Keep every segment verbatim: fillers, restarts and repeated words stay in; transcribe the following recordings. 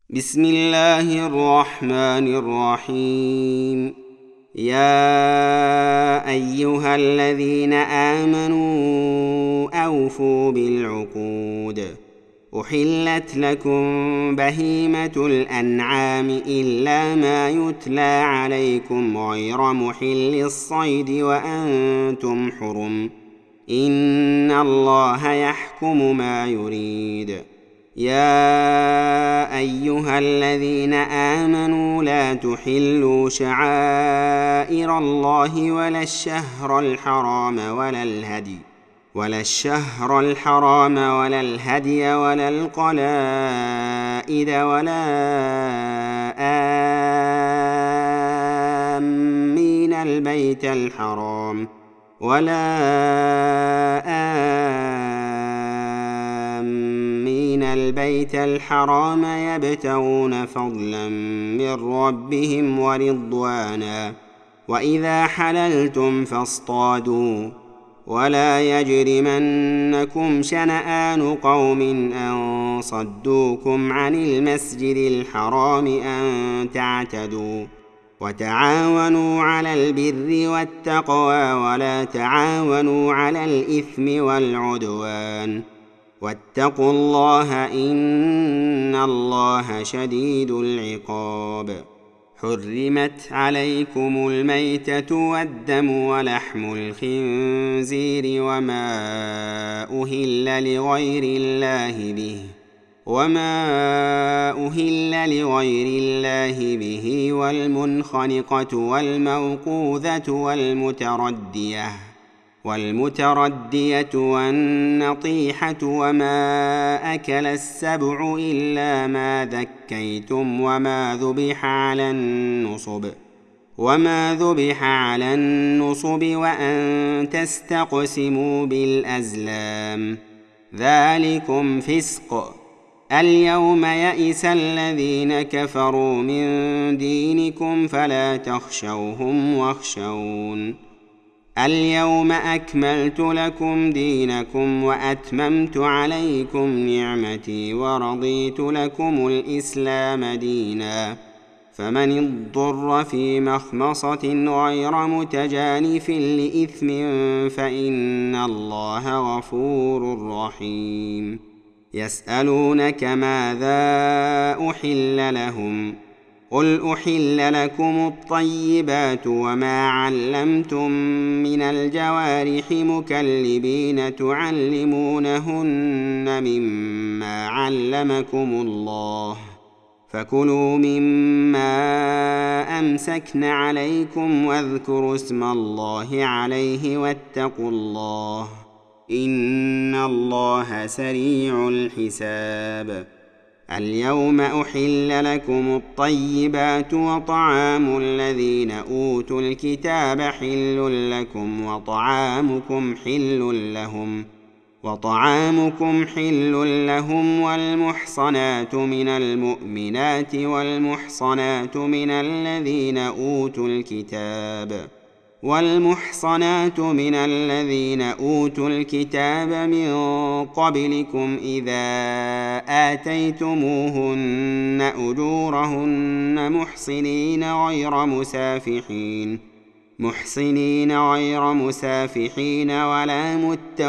بسم الله الرحمن الرحيم. يا أيها الذين آمنوا أوفوا بالعقود. أحلت لكم بهيمة الأنعام إلا ما يتلى عليكم غير محل الصيد وأنتم حرم، إن الله يحكم ما يريد. يا أيها الذين آمنوا لا تحلوا شعائر الله ولا الشهر الحرام ولا الهدي ولا الشهر الحرام ولا الهدي ولا القلائد ولا آمين البيت الحرام ولا آمين البيت الحرام يبتغون فضلا من ربهم ورضوانا، وإذا حللتم فاصطادوا، ولا يجرمنكم شنآن قوم أن صدوكم عن المسجد الحرام أن تعتدوا، وتعاونوا على البر والتقوى ولا تعاونوا على الإثم والعدوان، واتقوا الله إن الله شديد العقاب. حرمت عليكم الميتة والدم ولحم الخنزير وما أهل لغير الله به وما أهل لغير الله به والمنخنقة والموقوذة والمتردية والمتردية والنطيحة وما أكل السبع إلا ما ذكيتم وما ذبح على النصب وما ذبح على النصب وأن تستقسموا بالأزلام، ذلكم فسق. اليوم يئس الذين كفروا من دينكم فلا تخشوهم واخشون. اليوم أكملت لكم دينكم وأتممت عليكم نعمتي ورضيت لكم الإسلام دينا، فمن اضطر في مخمصة غير متجانف لإثم فإن الله غفور رحيم. يسألونك ماذا أحل لهم، قل أحل لكم الطيبات وما علمتم من الجوارح مكلبين تعلمونهن مما علمكم الله، فكلوا مما أمسكن عليكم واذكروا اسم الله عليه واتقوا الله إن الله سريع الحساب. اليوم أحل لكم الطيبات وطعام الذين أوتوا الكتاب حل لكم وطعامكم حل لهم وطعامكم حل لهم والمحصنات من المؤمنات والمحصنات من الذين أوتوا الكتاب والمحصنات من الذين أوتوا الكتاب من قبلكم إذا آتيتموهن أجورهن محصنين غير مسافحين محصنين غير مسافحين ولا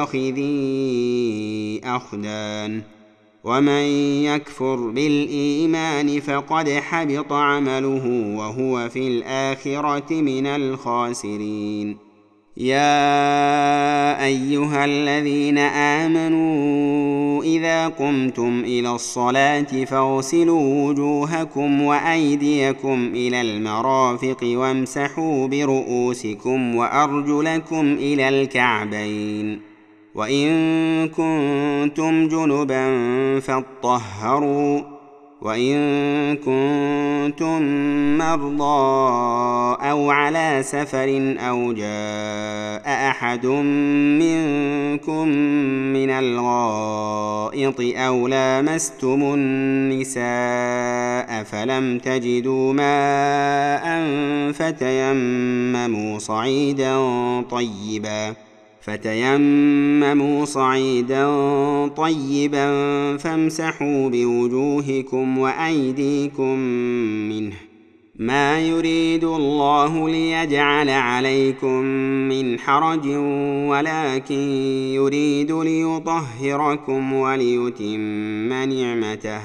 متخذي أخدان، ومن يكفر بالإيمان فقد حبط عمله وهو في الآخرة من الخاسرين. يا أيها الذين آمنوا إذا قمتم إلى الصلاة فاغسلوا وجوهكم وأيديكم إلى المرافق وامسحوا برؤوسكم وأرجلكم إلى الكعبين، وإن كنتم جنبا فاطهروا، وإن كنتم مرضى أو على سفر أو جاء أحد منكم من الغائط أو لامستم النساء فلم تجدوا ماء فتيمموا صعيدا طيبا فتيمموا صعيدا طيبا فامسحوا بوجوهكم وأيديكم منه، ما يريد الله ليجعل عليكم من حرج ولكن يريد ليطهركم وليتم نعمته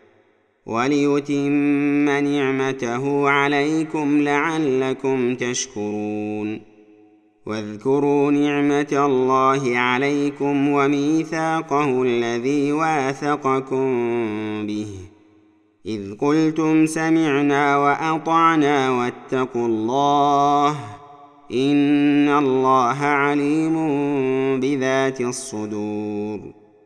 وليتم نعمته عليكم لعلكم تشكرون. واذكروا نعمة الله عليكم وميثاقه الذي واثقكم به إذ قلتم سمعنا وأطعنا واتقوا الله إن الله عليم بذات الصدور.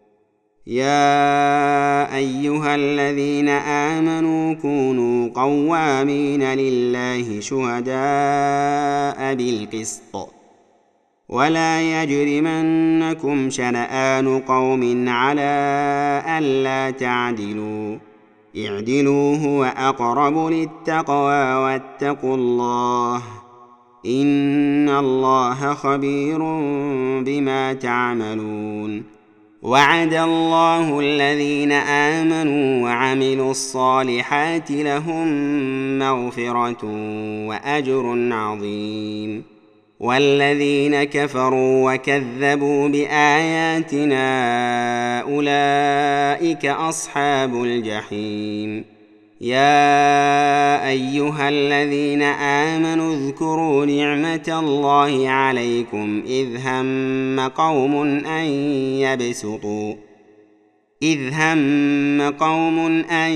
يا أيها الذين آمنوا كونوا قوامين لله شهداء بالقسط ولا يجرمنكم شنآن قوم على ألا تعدلوا اعدلوا هو أقرب للتقوى واتقوا الله إن الله خبير بما تعملون. وعد الله الذين آمنوا وعملوا الصالحات لهم مغفرة وأجر عظيم، والذين كفروا وكذبوا بآياتنا أولئك أصحاب الجحيم. يا أيها الذين آمنوا اذكروا نعمة الله عليكم إذ هم قوم أن يبسطوا إذ هم قوم أن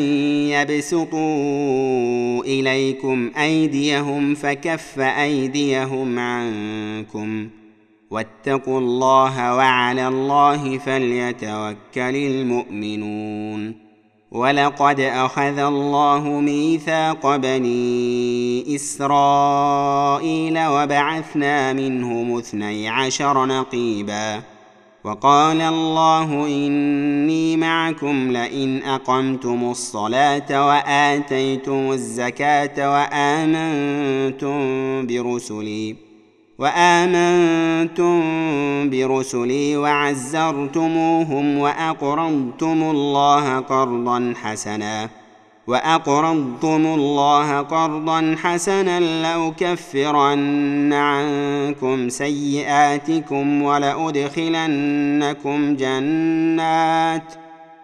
يبسطوا إليكم أيديهم فكف أيديهم عنكم واتقوا الله وعلى الله فليتوكل المؤمنون. ولقد أخذ الله ميثاق بني إسرائيل وبعثنا منهم اثني عشر نقيبا وقال الله إني معكم لئن أقمتم الصلاة وآتيتم الزكاة وآمنتم برسلي وآمنتم برسلي وعزرتموهم وأقرضتم الله قرضا حسنا وأقرضتم الله قرضا حسنا لأكفرن عنكم سيئاتكم ولأدخلنكم جنات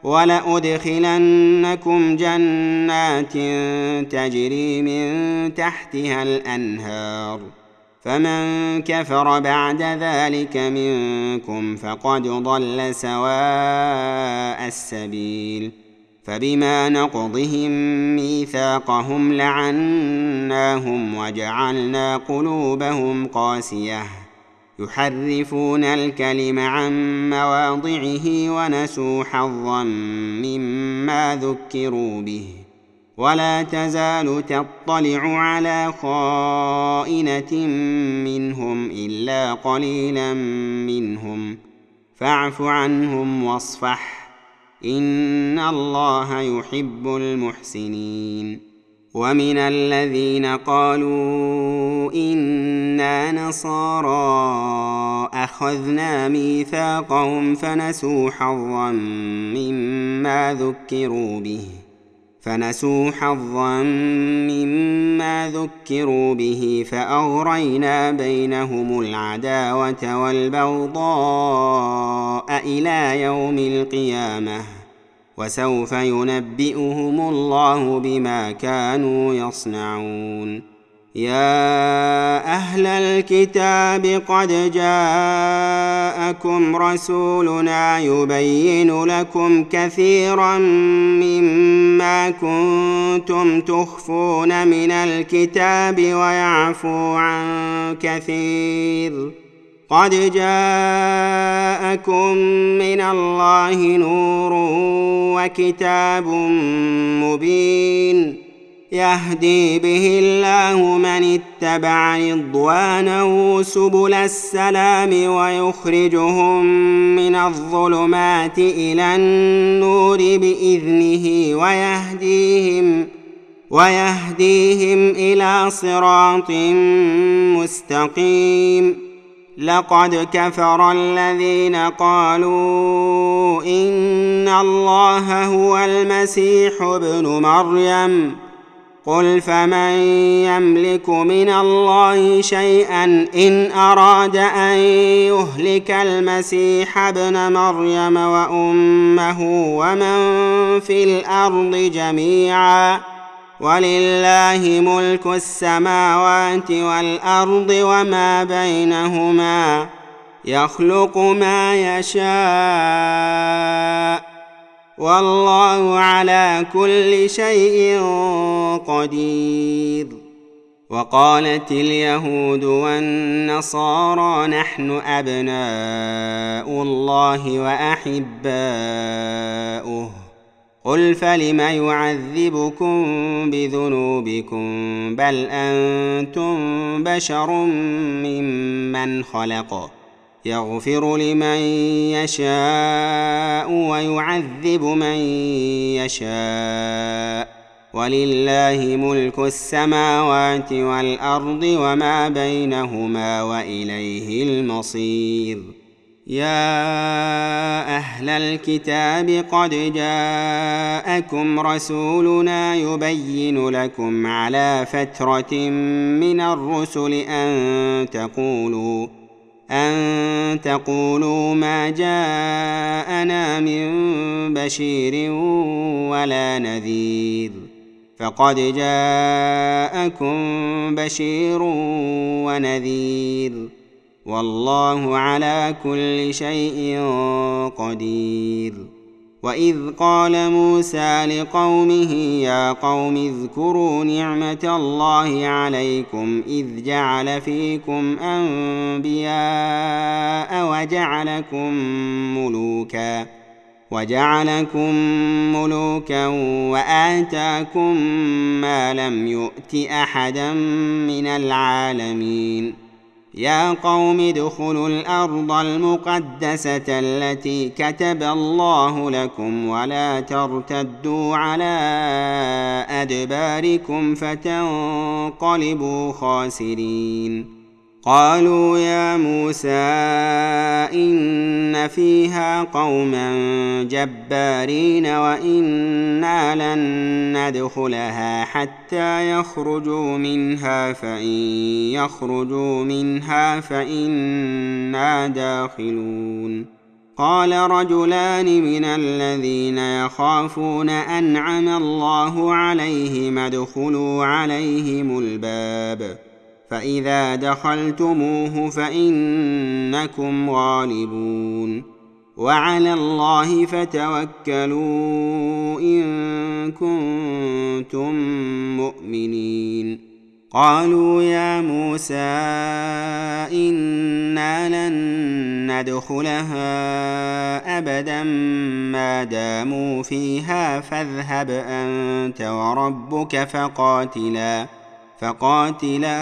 ولأدخلنكم جنات تجري من تحتها الأنهار فمن كفر بعد ذلك منكم فقد ضل سواء السبيل. فبما نقضهم ميثاقهم لعناهم وجعلنا قلوبهم قاسية يحرفون الكلم عن مواضعه ونسوا حظا مما ذكروا به ولا تزال تطلع على خائنة منهم إلا قليلا منهم فاعف عنهم واصفح إن الله يحب المحسنين. ومن الذين قالوا إنا نصارى أخذنا ميثاقهم فنسوا حظا مما ذكروا به فنسوا حظا مما ذكروا به فأغرينا بينهم العداوة والبغضاء إلى يوم القيامة وسوف ينبئهم الله بما كانوا يصنعون. يا أهل الكتاب قد جاءكم رسولنا يبين لكم كثيرا مما كنتم تخفون من الكتاب ويعفو عن كثير قد جاءكم من الله نور وكتاب مبين يهدي به الله من اتبع رضوانه سبل السلام ويخرجهم من الظلمات إلى النور بإذنه ويهديهم ويهديهم إلى صراط مستقيم. لقد كفر الذين قالوا إن الله هو المسيح ابن مريم قل فمن يملك من الله شيئا إن أراد أن يهلك المسيح ابن مريم وأمه ومن في الأرض جميعا ولله ملك السماوات والأرض وما بينهما يخلق ما يشاء والله على كل شيء قدير. وقالت اليهود والنصارى نحن أبناء الله وأحباؤه قل فلم يعذبكم بذنوبكم بل أنتم بشر ممن خلق يغفر لمن يشاء ويعذب من يشاء ولله ملك السماوات والأرض وما بينهما وإليه المصير. يا أهل الكتاب قد جاءكم رسولنا يبين لكم على فترة من الرسل أن تقولوا أن تقولوا ما جاءنا من بشير ولا نذير فقد جاءكم بشير ونذير والله على كل شيء قدير. وإذ قال موسى لقومه يا قوم اذكروا نعمة الله عليكم إذ جعل فيكم أنبياء وجعلكم ملوكا وجعلكم ملوكا وآتاكم ما لم يؤت أحدا من العالمين. يا قوم ادخلوا الأرض المقدسة التي كتب الله لكم ولا ترتدوا على أدباركم فتنقلبوا خاسرين. قالوا يا موسى إن فيها قوما جبارين وإنا لن ندخلها حتى يخرجوا منها فإن يخرجوا منها فإنا داخلون. قال رجلان من الذين يخافون أنعم الله عليهم ادخلوا عليهم الباب فإذا دخلتموه فإنكم غالبون وعلى الله فتوكلوا إن كنتم مؤمنين. قالوا يا موسى إنا لن ندخلها أبدا ما داموا فيها فاذهب أنت وربك فقاتلا فقاتلا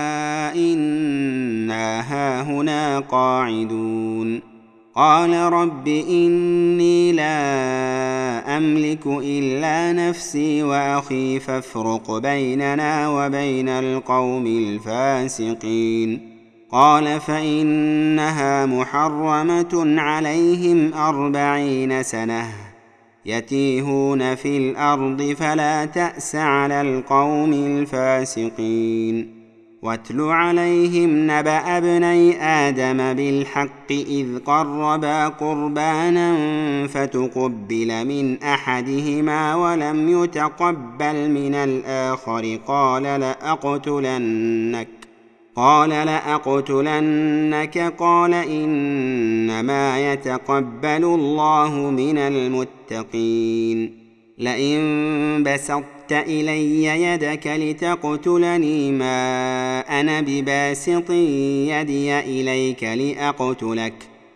إنا هاهنا قاعدون. قال رب إني لا أملك إلا نفسي وأخي فافرق بيننا وبين القوم الفاسقين. قال فإنها محرمة عليهم أربعين سنة يتيهون في الأرض فلا تأس على القوم الفاسقين. واتل عليهم نبأ ابني آدم بالحق إذ قربا قربانا فتقبل من أحدهما ولم يتقبل من الآخر قال لأقتلنك قال لأقتلنك قال إنما يتقبل الله من المتقين. لئن بسطت إلي يدك لتقتلني ما أنا بباسط يدي إليك لأقتلك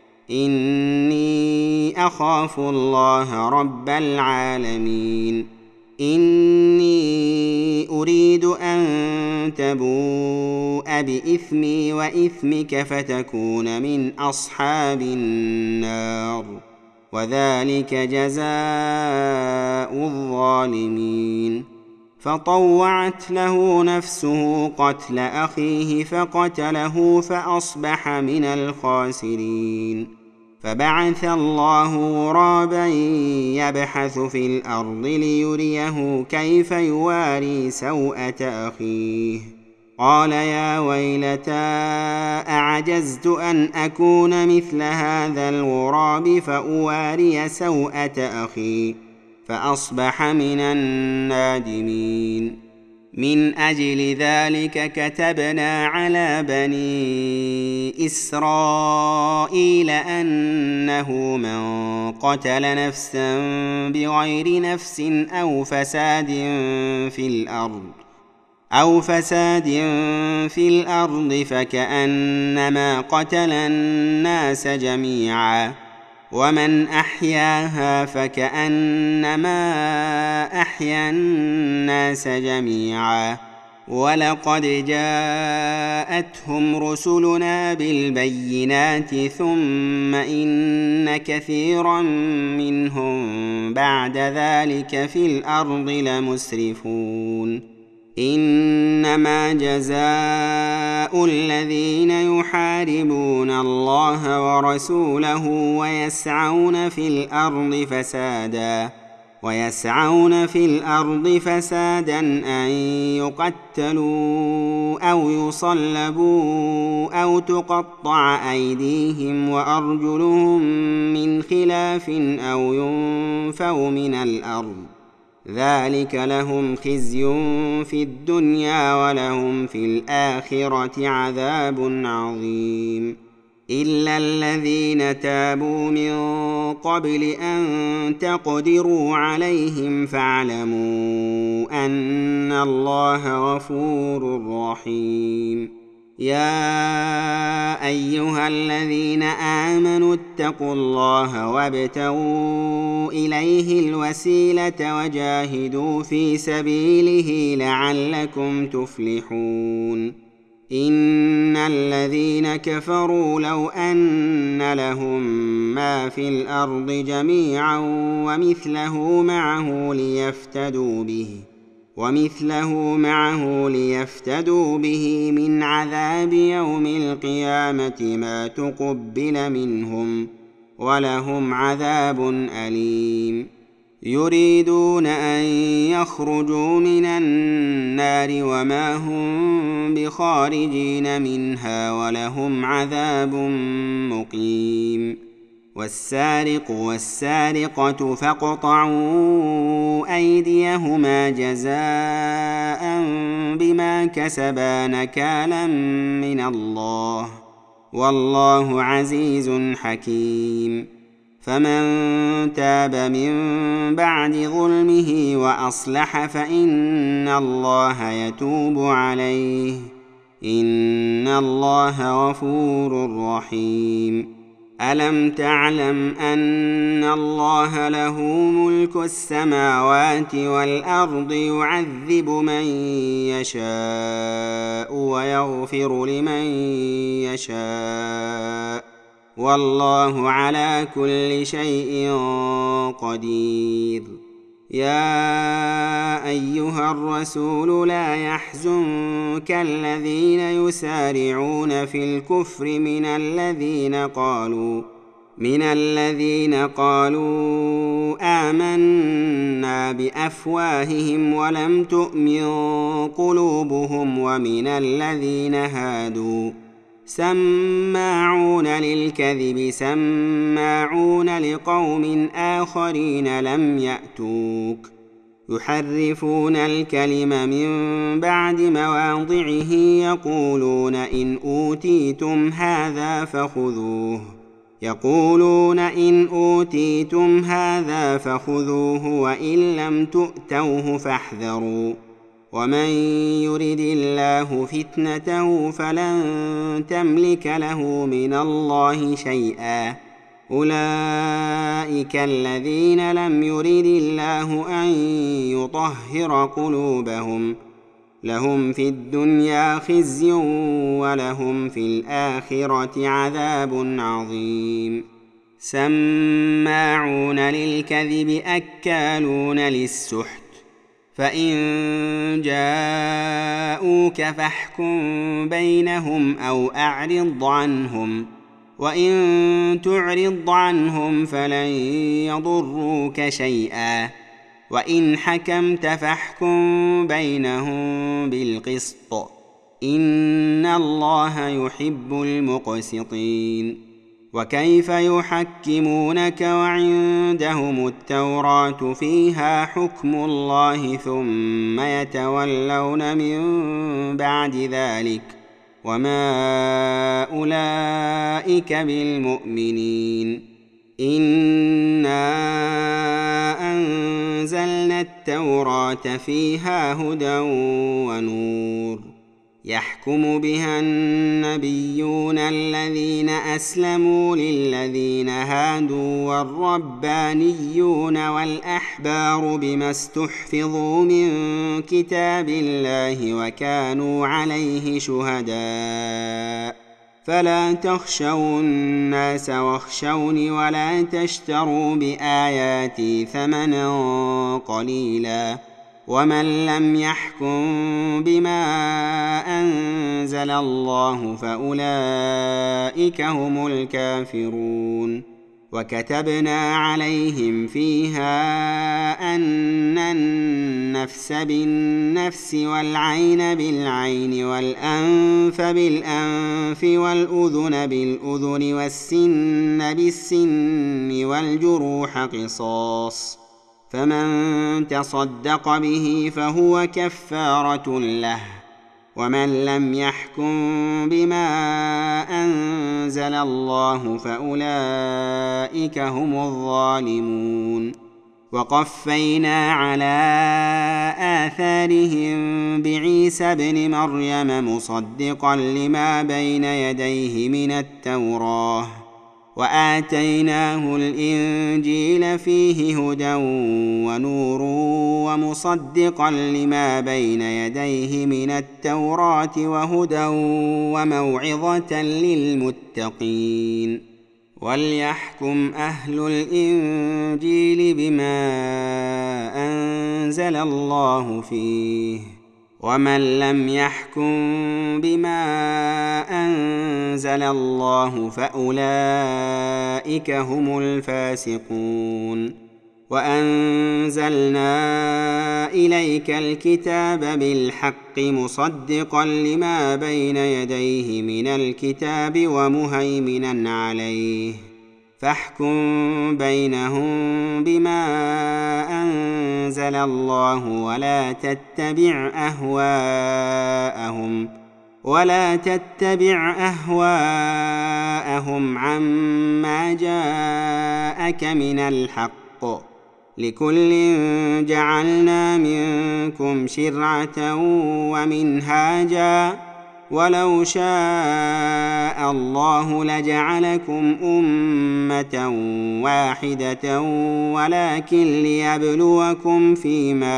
إني أخاف الله رب العالمين. إني أريد أن تبوء بإثمي وإثمك فتكون من أصحاب النار وذلك جزاء الظالمين. فطوعت له نفسه قتل أخيه فقتله فأصبح من الخاسرين. فبعث الله غرابا يبحث في الأرض ليريه كيف يواري سوءة أخيه، قال يا ويلتى أعجزت أن أكون مثل هذا الغراب فأواري سوءة أخي، فأصبح من النادمين. من أجل ذلك كتبنا على بني إسرائيل أنه من قتل نفسا بغير نفس أو فساد في الأرض أو فساد في الأرض فكأنما قتل الناس جميعا، ومن أحياها فكأنما أحيا الناس جميعا. ولقد جاءتهم رسلنا بالبينات ثم إن كثيرا منهم بعد ذلك في الأرض لمسرفون. إنما جزاء الذين يحاربون الله ورسوله ويسعون في الأرض فسادا ويسعون في الأرض فسادا أن يقتلوا أو يصلبوا أو تقطع أيديهم وأرجلهم من خلاف أو ينفوا من الأرض، ذلك لهم خزي في الدنيا ولهم في الآخرة عذاب عظيم. إلا الذين تابوا من قبل أن تقدروا عليهم فاعلموا أن الله غفور رحيم. يا أيها الذين آمنوا اتقوا الله وابتغوا إليه الوسيلة وجاهدوا في سبيله لعلكم تفلحون. إن الذين كفروا لو أن لهم ما في الأرض جميعا ومثله معه ليفتدوا به ومثله معه ليفتدوا به من عذاب يوم القيامة ما تقبل منهم ولهم عذاب أليم. يريدون أن يخرجوا من النار وما هم بخارجين منها ولهم عذاب مقيم. والسارق والسارقة فاقطعوا أيديهما جزاء بما كسبا نكالا من الله، والله عزيز حكيم. فمن تاب من بعد ظلمه وأصلح فإن الله يتوب عليه، إن الله غفور رحيم. ألم تعلم أن الله له ملك السماوات والأرض يعذب من يشاء ويغفر لمن يشاء، والله على كل شيء قدير. يا أيها الرسول لا يحزنك الذين يسارعون في الكفر من الذين قالوا من الذين قالوا آمنا بأفواههم ولم تؤمن قلوبهم، ومن الذين هادوا سماعون للكذب سماعون لقوم آخرين لم يأتوك، يحرفون الكلم من بعد مواضعه يقولون إن أوتيتم هذا فخذوه يقولون إن أوتيتم هذا فخذوه وإن لم تؤتوه فاحذروا، ومن يرد الله فتنته فلن تملك له من الله شيئا. أولئك الذين لم يرد الله أن يطهر قلوبهم، لهم في الدنيا خزي ولهم في الآخرة عذاب عظيم. سماعون للكذب أكالون للسحت، فإن جاءوك فاحكم بينهم أو أعرض عنهم، وإن تعرض عنهم فلن يضروك شيئا، وإن حكمت فاحكم بينهم بالقسط، إن الله يحب المقسطين. وكيف يحكمونك وعندهم التوراة فيها حكم الله ثم يتولون من بعد ذلك، وما أولئك بالمؤمنين. إنا أنزلنا التوراة فيها هدى ونور، يحكم بها النبيون الذين أسلموا للذين هادوا والربانيون والأحبار بما استحفظوا من كتاب الله وكانوا عليه شهداء، فلا تخشوا الناس واخشوني ولا تشتروا بآياتي ثمنا قليلا، ومن لم يحكم بما أنزل الله فأولئك هم الكافرون. وكتبنا عليهم فيها أن النفس بالنفس والعين بالعين والأنف بالأنف والأذن بالأذن والسن بالسن والجروح قصاص، فمن تصدق به فهو كفارة له، ومن لم يحكم بما أنزل الله فأولئك هم الظالمون. وقفينا على آثارهم بعيسى ابن مريم مصدقا لما بين يديه من التوراة، وآتيناه الإنجيل فيه هدى ونور ومصدقا لما بين يديه من التوراة وهدى وموعظة للمتقين. وليحكم أهل الإنجيل بما أنزل الله فيه، ومن لم يحكم بما أنزل الله فأولئك هم الفاسقون. وأنزلنا إليك الكتاب بالحق مصدقا لما بين يديه من الكتاب ومهيمنا عليه، فاحكم بينهم بما أنزل الله ولا تتبع أهواءهم ولا تتبع أهواءهم عما جاءك من الحق، لكل جعلنا منكم شرعة ومنهاجا، ولو شاء الله لجعلكم أمة واحدة ولكن ليبلوكم فيما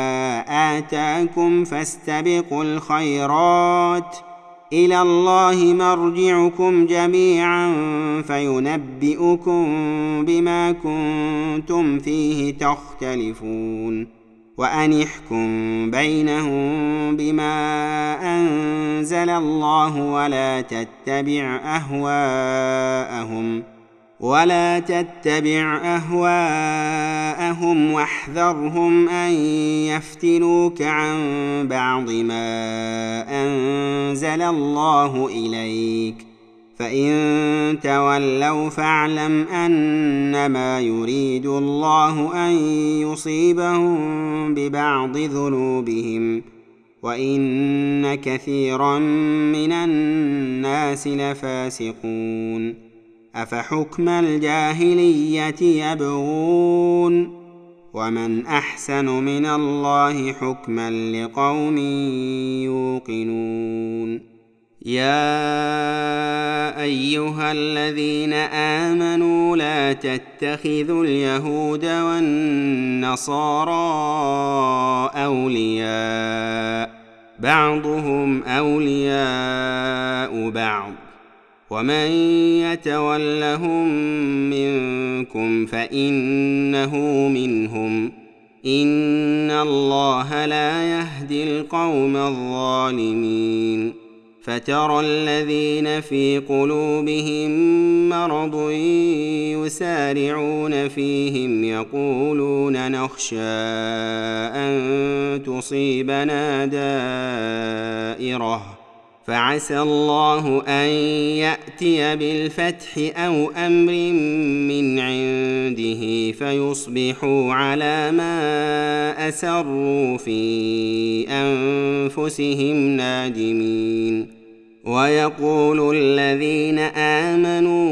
آتاكم فاستبقوا الخيرات، إلى الله مرجعكم جميعا فينبئكم بما كنتم فيه تختلفون. وأن احكم بينهم بما أنزل الله ولا تتبع أهواءهم ولا تتبع أهواءهم واحذرهم أن يفتنوك عن بعض ما أنزل الله إليك، فإن تولوا فاعلم أنما يريد الله أن يصيبهم ببعض ذنوبهم، وإن كثيرا من الناس لفاسقون. أفحكم الجاهلية يبغون، ومن أحسن من الله حكما لقوم يوقنون. يا أيها الذين آمنوا لا تتخذوا اليهود والنصارى أولياء، بعضهم أولياء بعض، ومن يتولهم منكم فإنه منهم، إن الله لا يهدي القوم الظالمين. فترى الذين في قلوبهم مرض يسارعون فيهم يقولون نخشى أن تصيبنا دائرة فعسى الله أن يأتي بالفتح أو أمر من عنده فيصبحوا على ما أسروا في أنفسهم نادمين. ويقول الذين آمنوا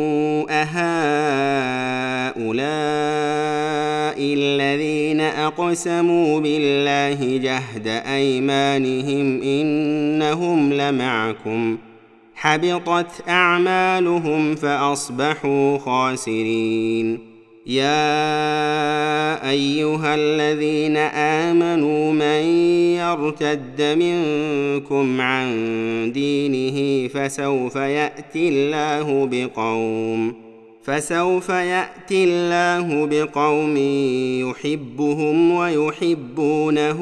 أهؤلاء الذين أقسموا بالله جهد أيمانهم إنهم لمعكم حبطت أعمالهم فأصبحوا خاسرين. يا أيها الذين آمنوا من يرتد منكم عن دينه فسوف يأتي الله بقوم فسوف يأتي الله بقوم يحبهم ويحبونه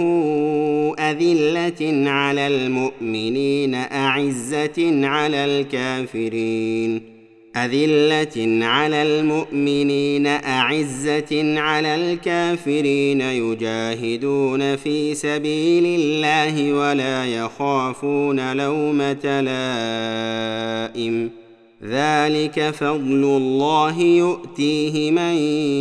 أذلة على المؤمنين أعزة على الكافرين أذلة على المؤمنين أعزة على الكافرين يجاهدون في سبيل الله ولا يخافون لومة لائم ذلك فضل الله يؤتيه من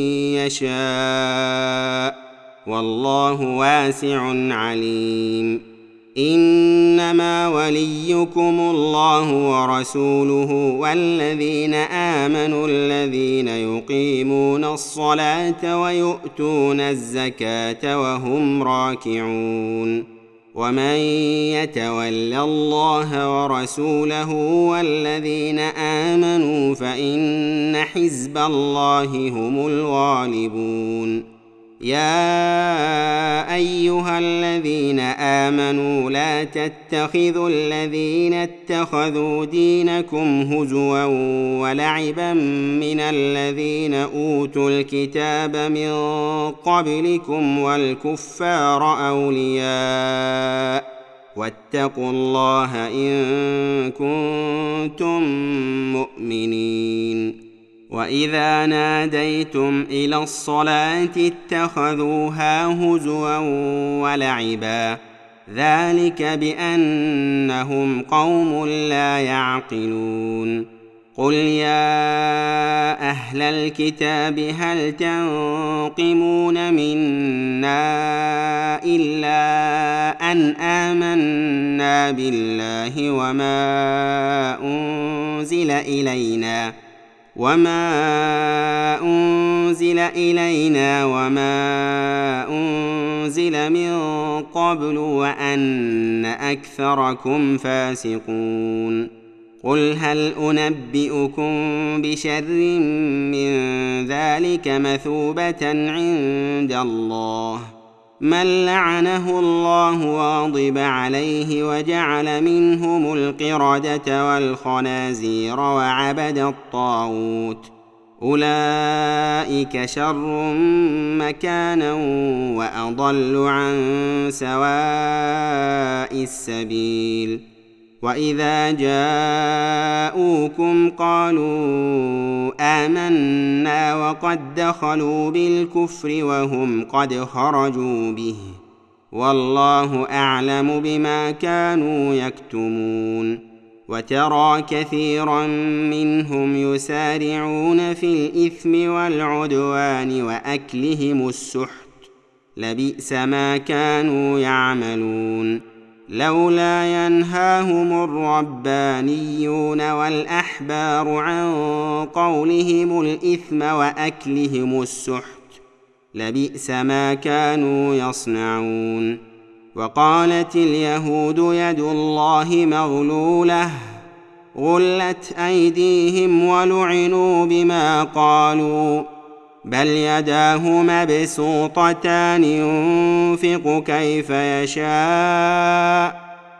يشاء والله واسع عليم. إنما وليكم الله ورسوله والذين آمنوا الذين يقيمون الصلاة ويؤتون الزكاة وهم راكعون. ومن يتول الله ورسوله والذين آمنوا فإن حزب الله هم الغالبون. يا أيها الذين آمنوا لا تتخذوا الذين اتخذوا دينكم هزوا ولعبا من الذين أوتوا الكتاب من قبلكم والكفار أولياء واتقوا الله إن كنتم مؤمنين. وإذا ناديتم إلى الصلاة اتخذوها هزوا ولعبا ذلك بأنهم قوم لا يعقلون. قل يا أهل الكتاب هل تنقمون منا إلا أن آمنا بالله وما أنزل إلينا وما أنزل إلينا وما أنزل من قبل وأن أكثركم فاسقون. قل هل أنبئكم بشر من ذلك مثوبة عند الله من لعنه الله وغضب عليه وجعل منهم القردة والخنازير وعبد الطاغوت أولئك شر مكانا وأضل عن سواء السبيل. وإذا جاءوكم قالوا آمنا وقد دخلوا بالكفر وهم قد خرجوا به والله أعلم بما كانوا يكتمون. وترى كثيرا منهم يسارعون في الإثم والعدوان وأكلهم السحت لبئس ما كانوا يعملون. لولا ينهاهم الربانيون والأحبار عن قولهم الإثم وأكلهم السحت لبئس ما كانوا يصنعون. وقالت اليهود يد الله مغلولة غلت أيديهم ولعنوا بما قالوا بل يداه مبسوطتان ينفق كيف يشاء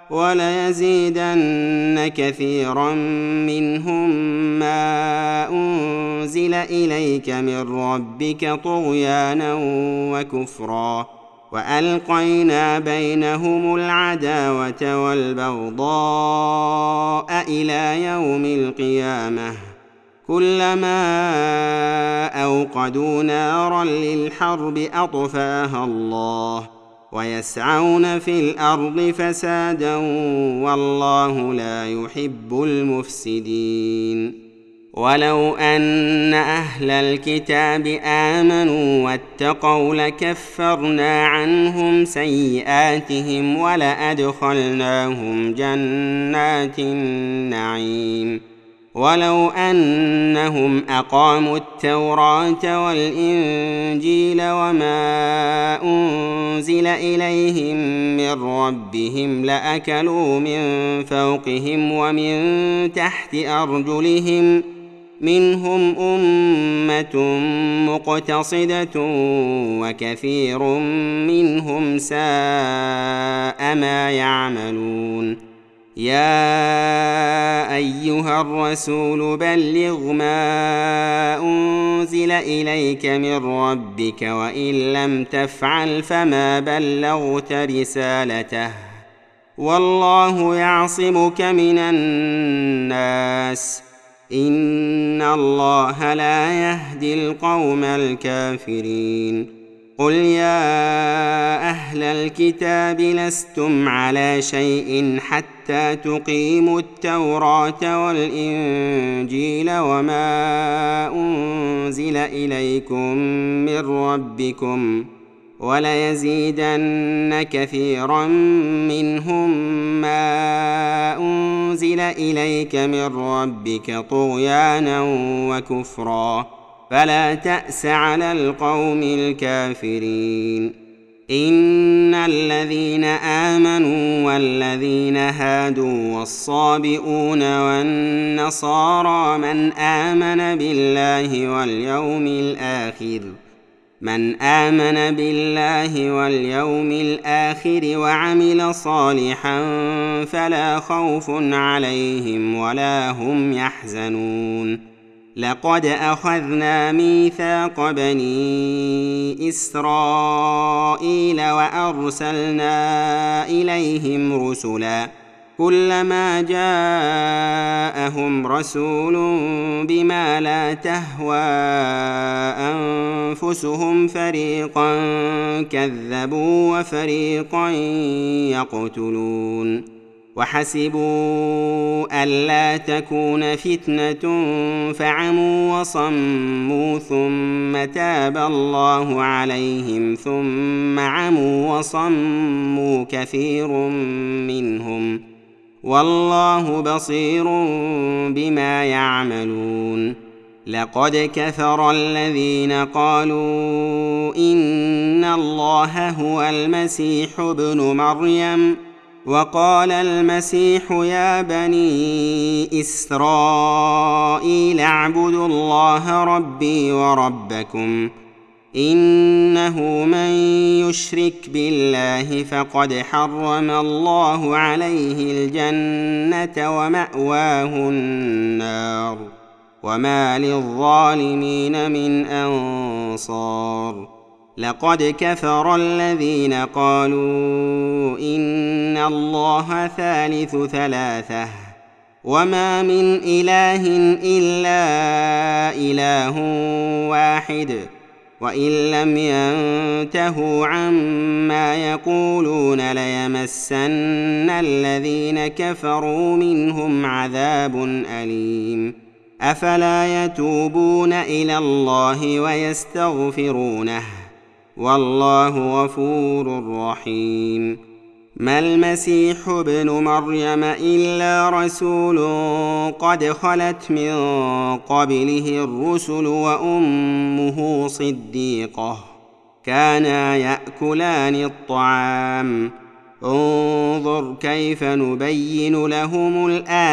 وليزيدن كثيرا منهم ما أنزل إليك من ربك طغيانا وكفرا وألقينا بينهم العداوة والبغضاء إلى يوم القيامة كلما أوقدوا نارا للحرب أطفاها الله ويسعون في الأرض فسادا والله لا يحب المفسدين. ولو أن أهل الكتاب آمنوا واتقوا لكفرنا عنهم سيئاتهم ولأدخلناهم جنات النعيم ولو أنهم أقاموا التوراة والإنجيل وما أنزل إليهم من ربهم لأكلوا من فوقهم ومن تحت أرجلهم منهم أمة مقتصدة وكثير منهم ساء ما يعملون. يا أيها الرسول بلغ ما أنزل إليك من ربك وإن لم تفعل فما بلغت رسالته والله يعصمك من الناس إن الله لا يهدي القوم الكافرين. قل يا أهل الكتاب لستم على شيء حتى تقيموا التوراة والإنجيل وما أنزل إليكم من ربكم وليزيدن كثيرا منهم ما أنزل إليك من ربك طغيانا وكفرا فلا تأس على القوم الكافرين. إن الذين آمنوا والذين هادوا والصابئون والنصارى من آمن بالله واليوم الآخر من آمن بالله واليوم الآخر وعمل صالحا فلا خوف عليهم ولا هم يحزنون. لقد أخذنا ميثاق بني إسرائيل وأرسلنا إليهم رسلا كلما جاءهم رسول بما لا تهوى أنفسهم فريقا كذبوا وفريقا يقتلون وحسبوا ألا تكون فتنة فعموا وصموا ثم تاب الله عليهم ثم عموا وصموا كثير منهم والله بصير بما يعملون. لقد كفر الذين قالوا إن الله هو المسيح ابن مريم وقال المسيح يا بني إسرائيل اعبدوا الله ربي وربكم إنه من يشرك بالله فقد حرم الله عليه الجنة ومأواه النار وما للظالمين من أنصار. لقد كفر الذين قالوا إن الله ثالث ثلاثة وما من إله إلا إله واحد وإن لم ينتهوا عما يقولون ليمسن الذين كفروا منهم عذاب أليم. أفلا يتوبون إلى الله ويستغفرونه والله غفور رحيم. ما المسيح ابن مريم إلا رسول قد خلت من قبله الرسل وأمه صديقة كانا يأكلان الطعام انظر كيف نبين لهم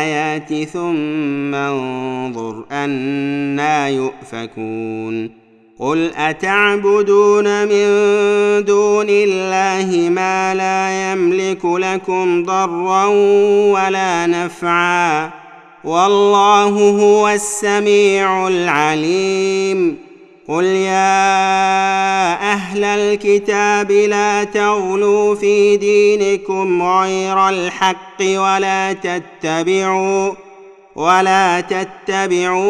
الآيات ثم انظر أنى يؤفكون. قل أتعبدون من دون الله ما لا يملك لكم ضرا ولا نفعا والله هو السميع العليم. قل يا أهل الكتاب لا تغلوا في دينكم غير الحق ولا تتبعوا ولا تتبعوا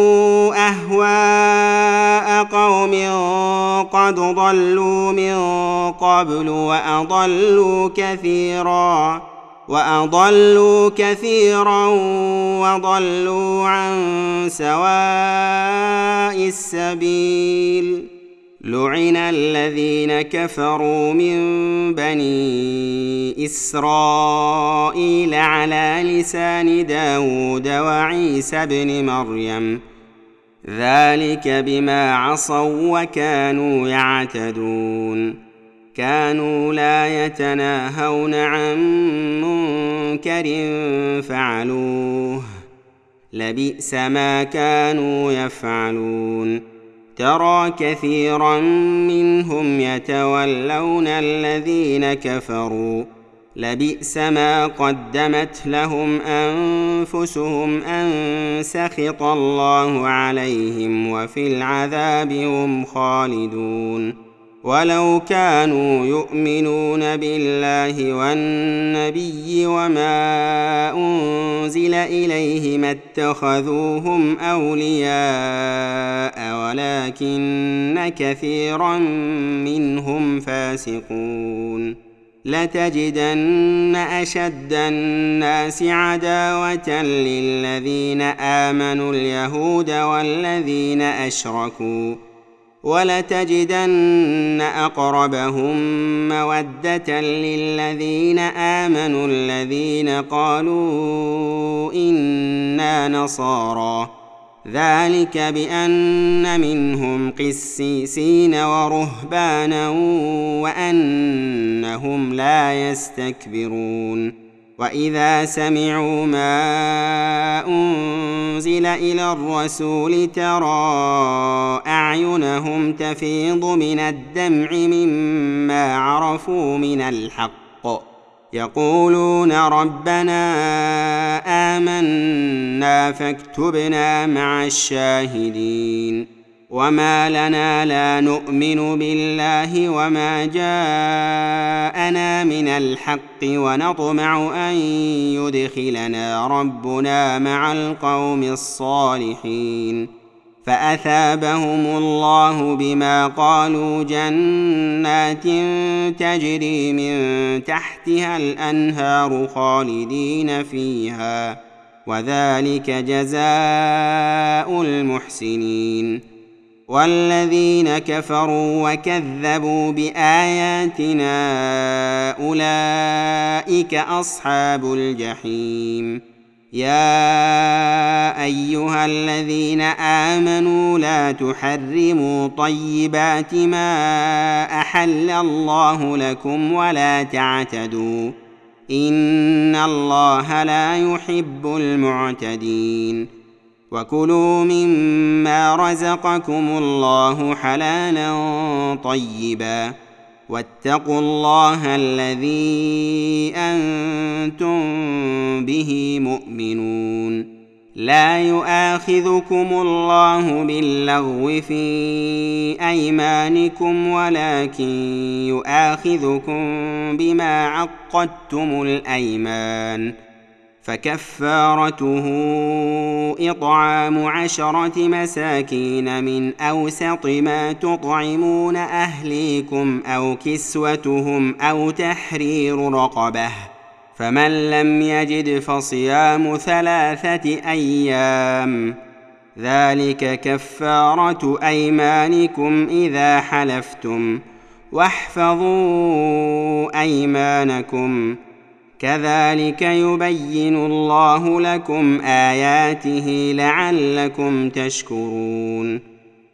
أهواء قوم قد ضلوا من قبل وأضلوا كثيرا وأضلوا كثيرا وضلوا عن سواء السبيل. لعن الذين كفروا من بني إسرائيل على لسان داود وعيسى بن مريم ذلك بما عصوا وكانوا يعتدون. كانوا لا يتناهون عن منكر فعلوه لبئس ما كانوا يفعلون. ترى كثيرا منهم يتولون الذين كفروا لبئس ما قدمت لهم أنفسهم أن سخط الله عليهم وفي العذاب هم خالدون. ولو كانوا يؤمنون بالله والنبي وما أنزل إليه ما اتخذوهم أولياء ولكن كثيرا منهم فاسقون. لتجدن أشد الناس عداوة للذين آمنوا اليهود والذين أشركوا ولتجدن أقربهم مودة للذين آمنوا الذين قالوا إنا نصارى ذلك بأن منهم قسيسين ورهبانا وأنهم لا يستكبرون. وإذا سمعوا ما أنزل إلى الرسول ترى أعينهم تفيض من الدمع مما عرفوا من الحق يقولون ربنا آمنا فاكتبنا مع الشاهدين. وما لنا لا نؤمن بالله وما جاءنا من الحق ونطمع أن يدخلنا ربنا مع القوم الصالحين. فأثابهم الله بما قالوا جنات تجري من تحتها الأنهار خالدين فيها وذلك جزاء المحسنين. والذين كفروا وكذبوا بآياتنا أولئك أصحاب الجحيم. يا أيها الذين آمنوا لا تحرموا طيبات ما أحل الله لكم ولا تعتدوا إن الله لا يحب المعتدين. وكلوا مما رزقكم الله حلالا طيبا واتقوا الله الذي أنتم به مؤمنون. لا يؤاخذكم الله باللغو في أيمانكم ولكن يؤاخذكم بما عقدتم الأيمان فكفارته إطعام عشرة مساكين من أوسط ما تطعمون أهليكم أو كسوتهم أو تحرير رقبة فمن لم يجد فصيام ثلاثة أيام ذلك كفارة أيمانكم إذا حلفتم واحفظوا أيمانكم كذلك يبين الله لكم آياته لعلكم تشكرون.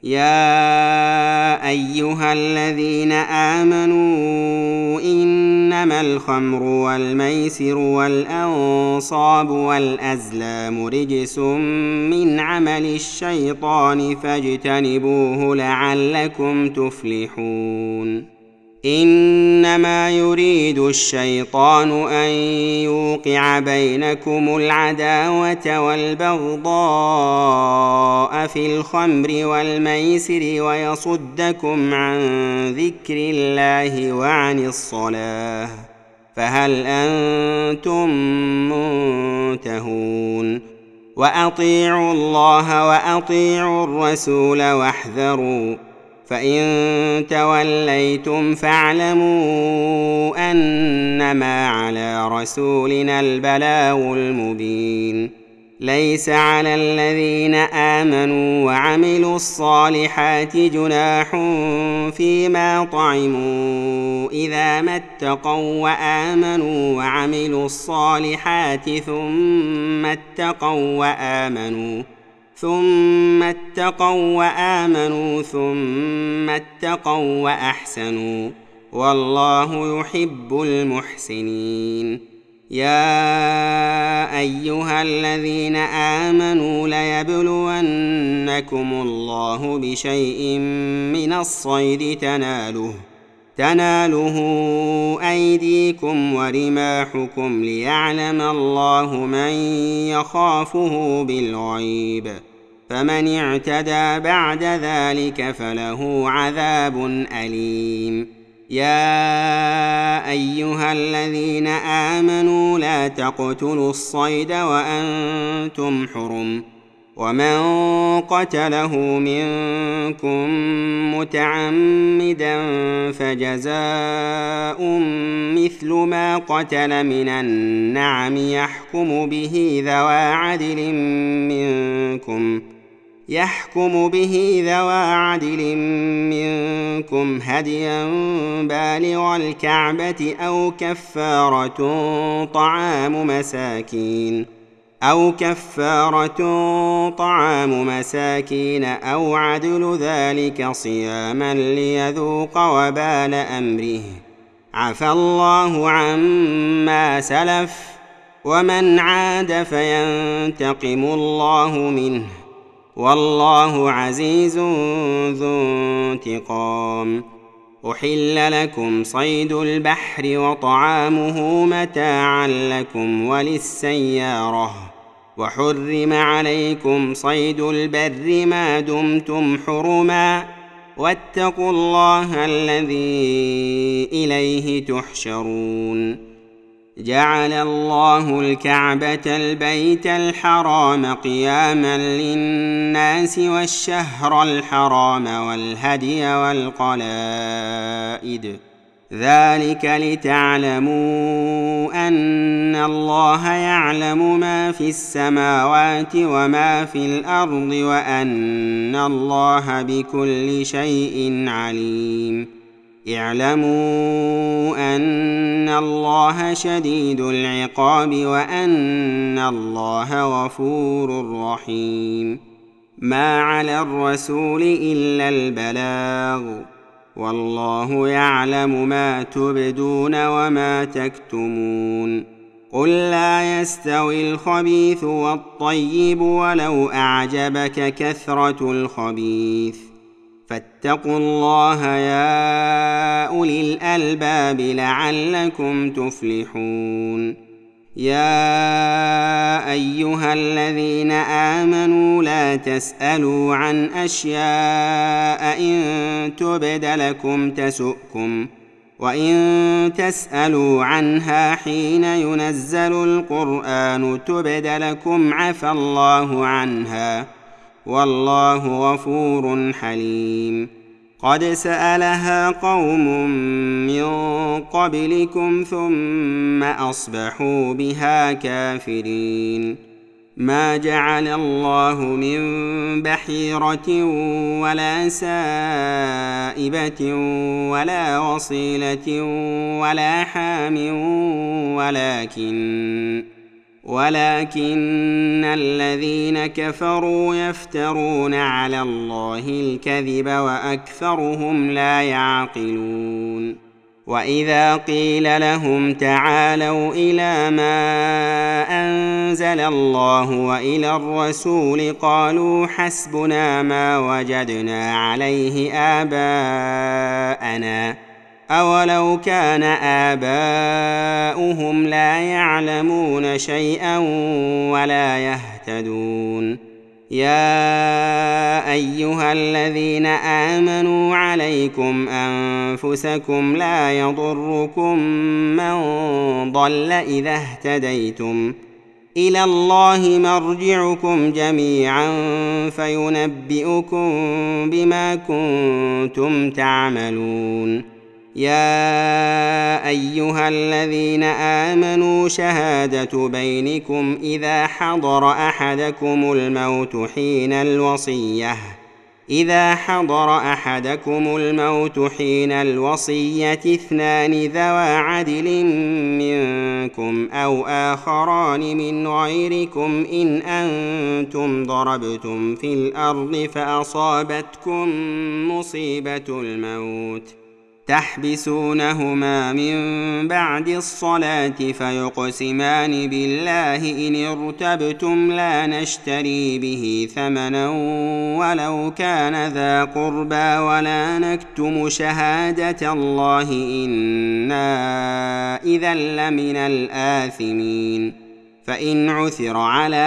يا أيها الذين آمنوا إن إنما الخمر والميسر والأنصاب والأزلام رجس من عمل الشيطان فاجتنبوه لعلكم تفلحون إنما يريد الشيطان أن يوقع بينكم العداوة والبغضاء في الخمر والميسر ويصدكم عن ذكر الله وعن الصلاة فهل أنتم منتهون وأطيعوا الله وأطيعوا الرسول واحذروا فإن توليتم فاعلموا أنما على رسولنا البلاغ المبين ليس على الذين آمنوا وعملوا الصالحات جناح فيما طعموا إذا ما اتقوا وآمنوا وعملوا الصالحات ثم اتقوا وآمنوا ثم اتقوا وآمنوا ثم اتقوا وأحسنوا والله يحب المحسنين يا أيها الذين آمنوا ليبلونكم الله بشيء من الصيد تناله تناله أيديكم ورماحكم ليعلم الله من يخافه بالغيب فمن اعتدى بعد ذلك فله عذاب أليم يا أيها الذين آمنوا لا تقتلوا الصيد وأنتم حرم ومن قتله منكم متعمدا فجزاء مثل ما قتل من النعم يحكم به ذوى عدل منكم يحكم به ذوى عدل منكم هديا بالغ الكعبة أو كفارة طعام مساكين أو كفارة طعام مساكين أو عدل ذلك صياما ليذوق وبال أمره عفى الله عما سلف ومن عاد فينتقم الله منه والله عزيز ذو انتقام أحل لكم صيد البحر وطعامه متاعا لكم وللسيارة وحرم عليكم صيد البر ما دمتم حرما واتقوا الله الذي إليه تحشرون جعل الله الكعبة البيت الحرام قياما للناس والشهر الحرام والهدي والقلائد ذلك لتعلموا أن الله يعلم ما في السماوات وما في الأرض وأن الله بكل شيء عليم اعلموا أن الله شديد العقاب وأن الله غفور رحيم ما على الرسول إلا البلاغ والله يعلم ما تبدون وما تكتمون قل لا يستوي الخبيث والطيب ولو أعجبك كثرة الخبيث فاتقوا الله يا أولي الألباب لعلكم تفلحون يا أيها الذين آمنوا لا تسألوا عن أشياء إن تبد لكم تسؤكم وإن تسألوا عنها حين ينزل القرآن تبد لكم عفى الله عنها والله غفور حليم قد سألها قوم من قبلكم ثم أصبحوا بها كافرين ما جعل الله من بحيرة ولا سائبة ولا وصيلة ولا حام ولكن ولكن الذين كفروا يفترون على الله الكذب وأكثرهم لا يعقلون وإذا قيل لهم تعالوا إلى ما أنزل الله وإلى الرسول قالوا حسبنا ما وجدنا عليه آباءنا أولو كان آباؤهم لا يعلمون شيئا ولا يهتدون يا أيها الذين آمنوا عليكم أنفسكم لا يضركم من ضل إذا اهتديتم إلى الله مرجعكم جميعا فينبئكم بما كنتم تعملون يا أيها الذين آمنوا شهادة بينكم إذا حضر أحدكم الموت حين الوصية إذا حضر أحدكم الموت حين الوصية اثنان ذوى عدل منكم أو آخران من غيركم إن أنتم ضربتم في الأرض فأصابتكم مصيبة الموت تحبسونهما من بعد الصلاة فيقسمان بالله إن ارتبتم لا نشتري به ثمنا ولو كان ذا قربى ولا نكتم شهادة الله إنا إذا لمن الآثمين فإن عثر على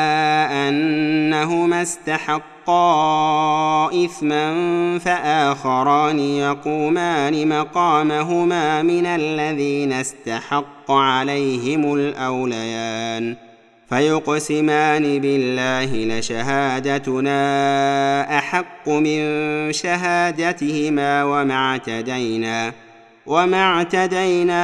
أنهما استحقا إثما فآخران يقومان مقامهما من الذين استحق عليهم الأوليان فيقسمان بالله لشهادتنا أحق من شهادتهما وما اعتدينا وما اعتدينا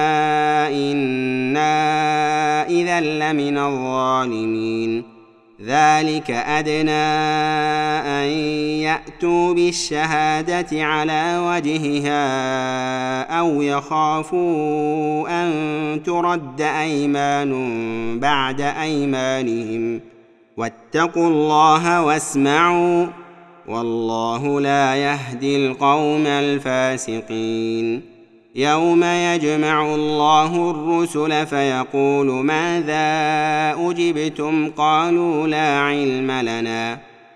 إنا إذا لمن الظالمين ذلك أدنى أن يأتوا بالشهادة على وجهها أو يخافوا أن ترد أيمان بعد أيمانهم واتقوا الله واسمعوا والله لا يهدي القوم الفاسقين يوم يجمع الله الرسل فيقول ماذا أجبتم قالوا لا علم لنا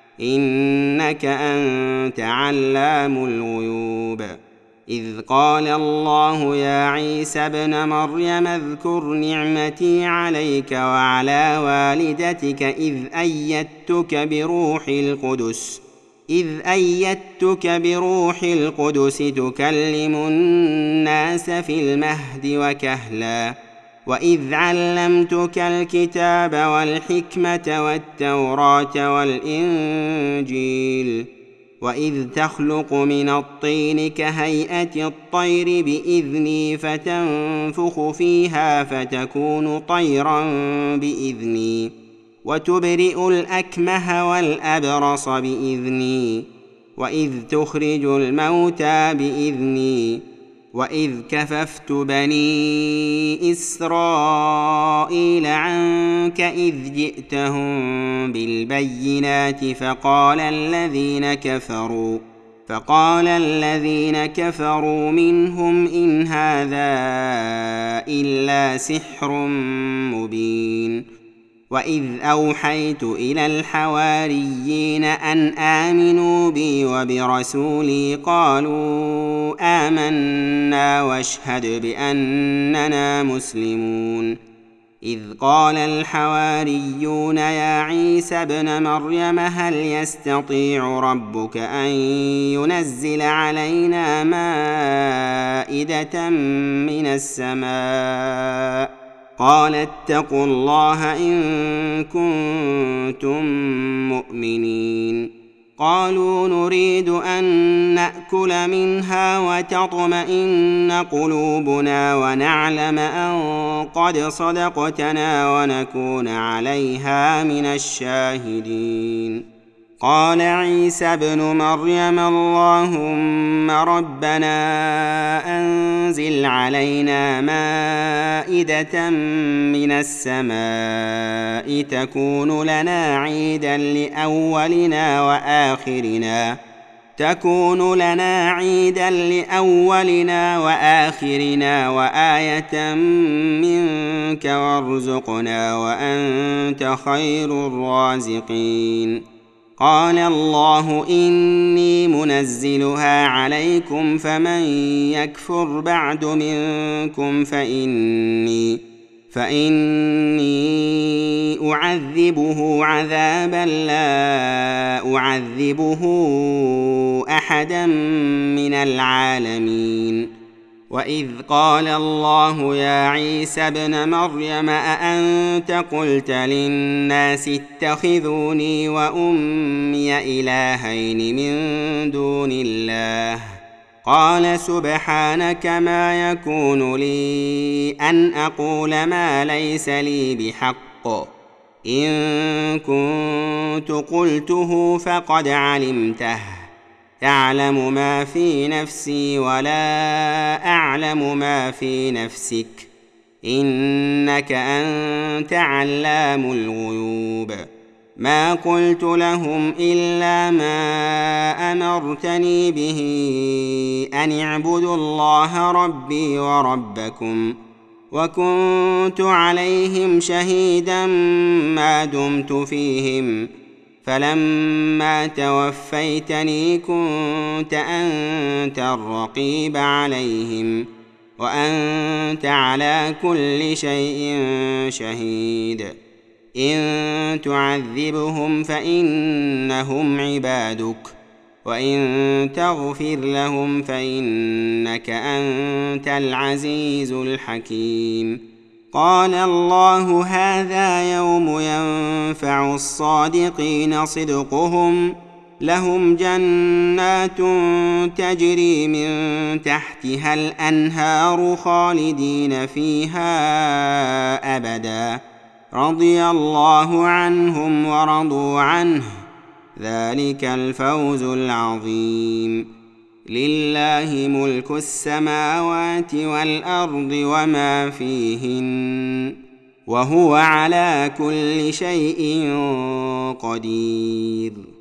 إنك أنت علام الغيوب إذ قال الله يا عيسى ابن مريم اذكر نعمتي عليك وعلى والدتك إذ أيدتك بروح القدس إذ أيدتك بروح القدس تكلم الناس في المهد وكهلا وإذ علمتك الكتاب والحكمة والتوراة والإنجيل وإذ تخلق من الطين كهيئة الطير بإذني فتنفخ فيها فتكون طيرا بإذني وتبرئ الأكمه والأبرص بإذني وإذ تخرج الموتى بإذني وإذ كففت بني إسرائيل عنك إذ جئتهم بالبينات فقال الذين كفروا فقال الذين كفروا منهم إن هذا إلا سحر مبين وإذ أوحيت إلى الحواريين أن آمنوا بي وبرسولي قالوا آمنا واشهد بأننا مسلمون إذ قال الحواريون يا عيسى ابن مريم هل يستطيع ربك أن ينزل علينا مائدة من السماء قال اتقوا الله إن كنتم مؤمنين قالوا نريد أن نأكل منها وتطمئن قلوبنا ونعلم أن قد صدقتنا ونكون عليها من الشاهدين قال عيسى ابن مريم اللهم ربنا أنزل علينا مائدة من السماء تكون لنا عيدا لأولنا وآخرنا تكون لنا عيدا لأولنا وآخرنا وآية منك وارزقنا وأنت خير الرازقين. قال الله إني منزلها عليكم فمن يكفر بعد منكم فإني, فإني أعذبه عذابا لا أعذبه أحدا من العالمين. وإذ قال الله يا عيسى ابن مريم أأنت قلت للناس اتخذوني وأمي إلهين من دون الله قال سبحانك ما يكون لي أن أقول ما ليس لي بحق إن كنت قلته فقد علمته تعلم ما في نفسي ولا أعلم ما في نفسك إنك أنت علام الغيوب. ما قلت لهم إلا ما أمرتني به أن اعبدوا الله ربي وربكم وكنت عليهم شهيدا ما دمت فيهم فلما توفيتني كنت أنت الرقيب عليهم وأنت على كل شيء شهيد. إن تعذبهم فإنهم عبادك وإن تغفر لهم فإنك أنت العزيز الحكيم. قال الله هذا يوم ينفع الصادقين صدقهم لهم جنات تجري من تحتها الأنهار خالدين فيها أبدا رضي الله عنهم ورضوا عنه ذلك الفوز العظيم. لله ملك السماوات والأرض وما فيهن وهو على كل شيء قدير.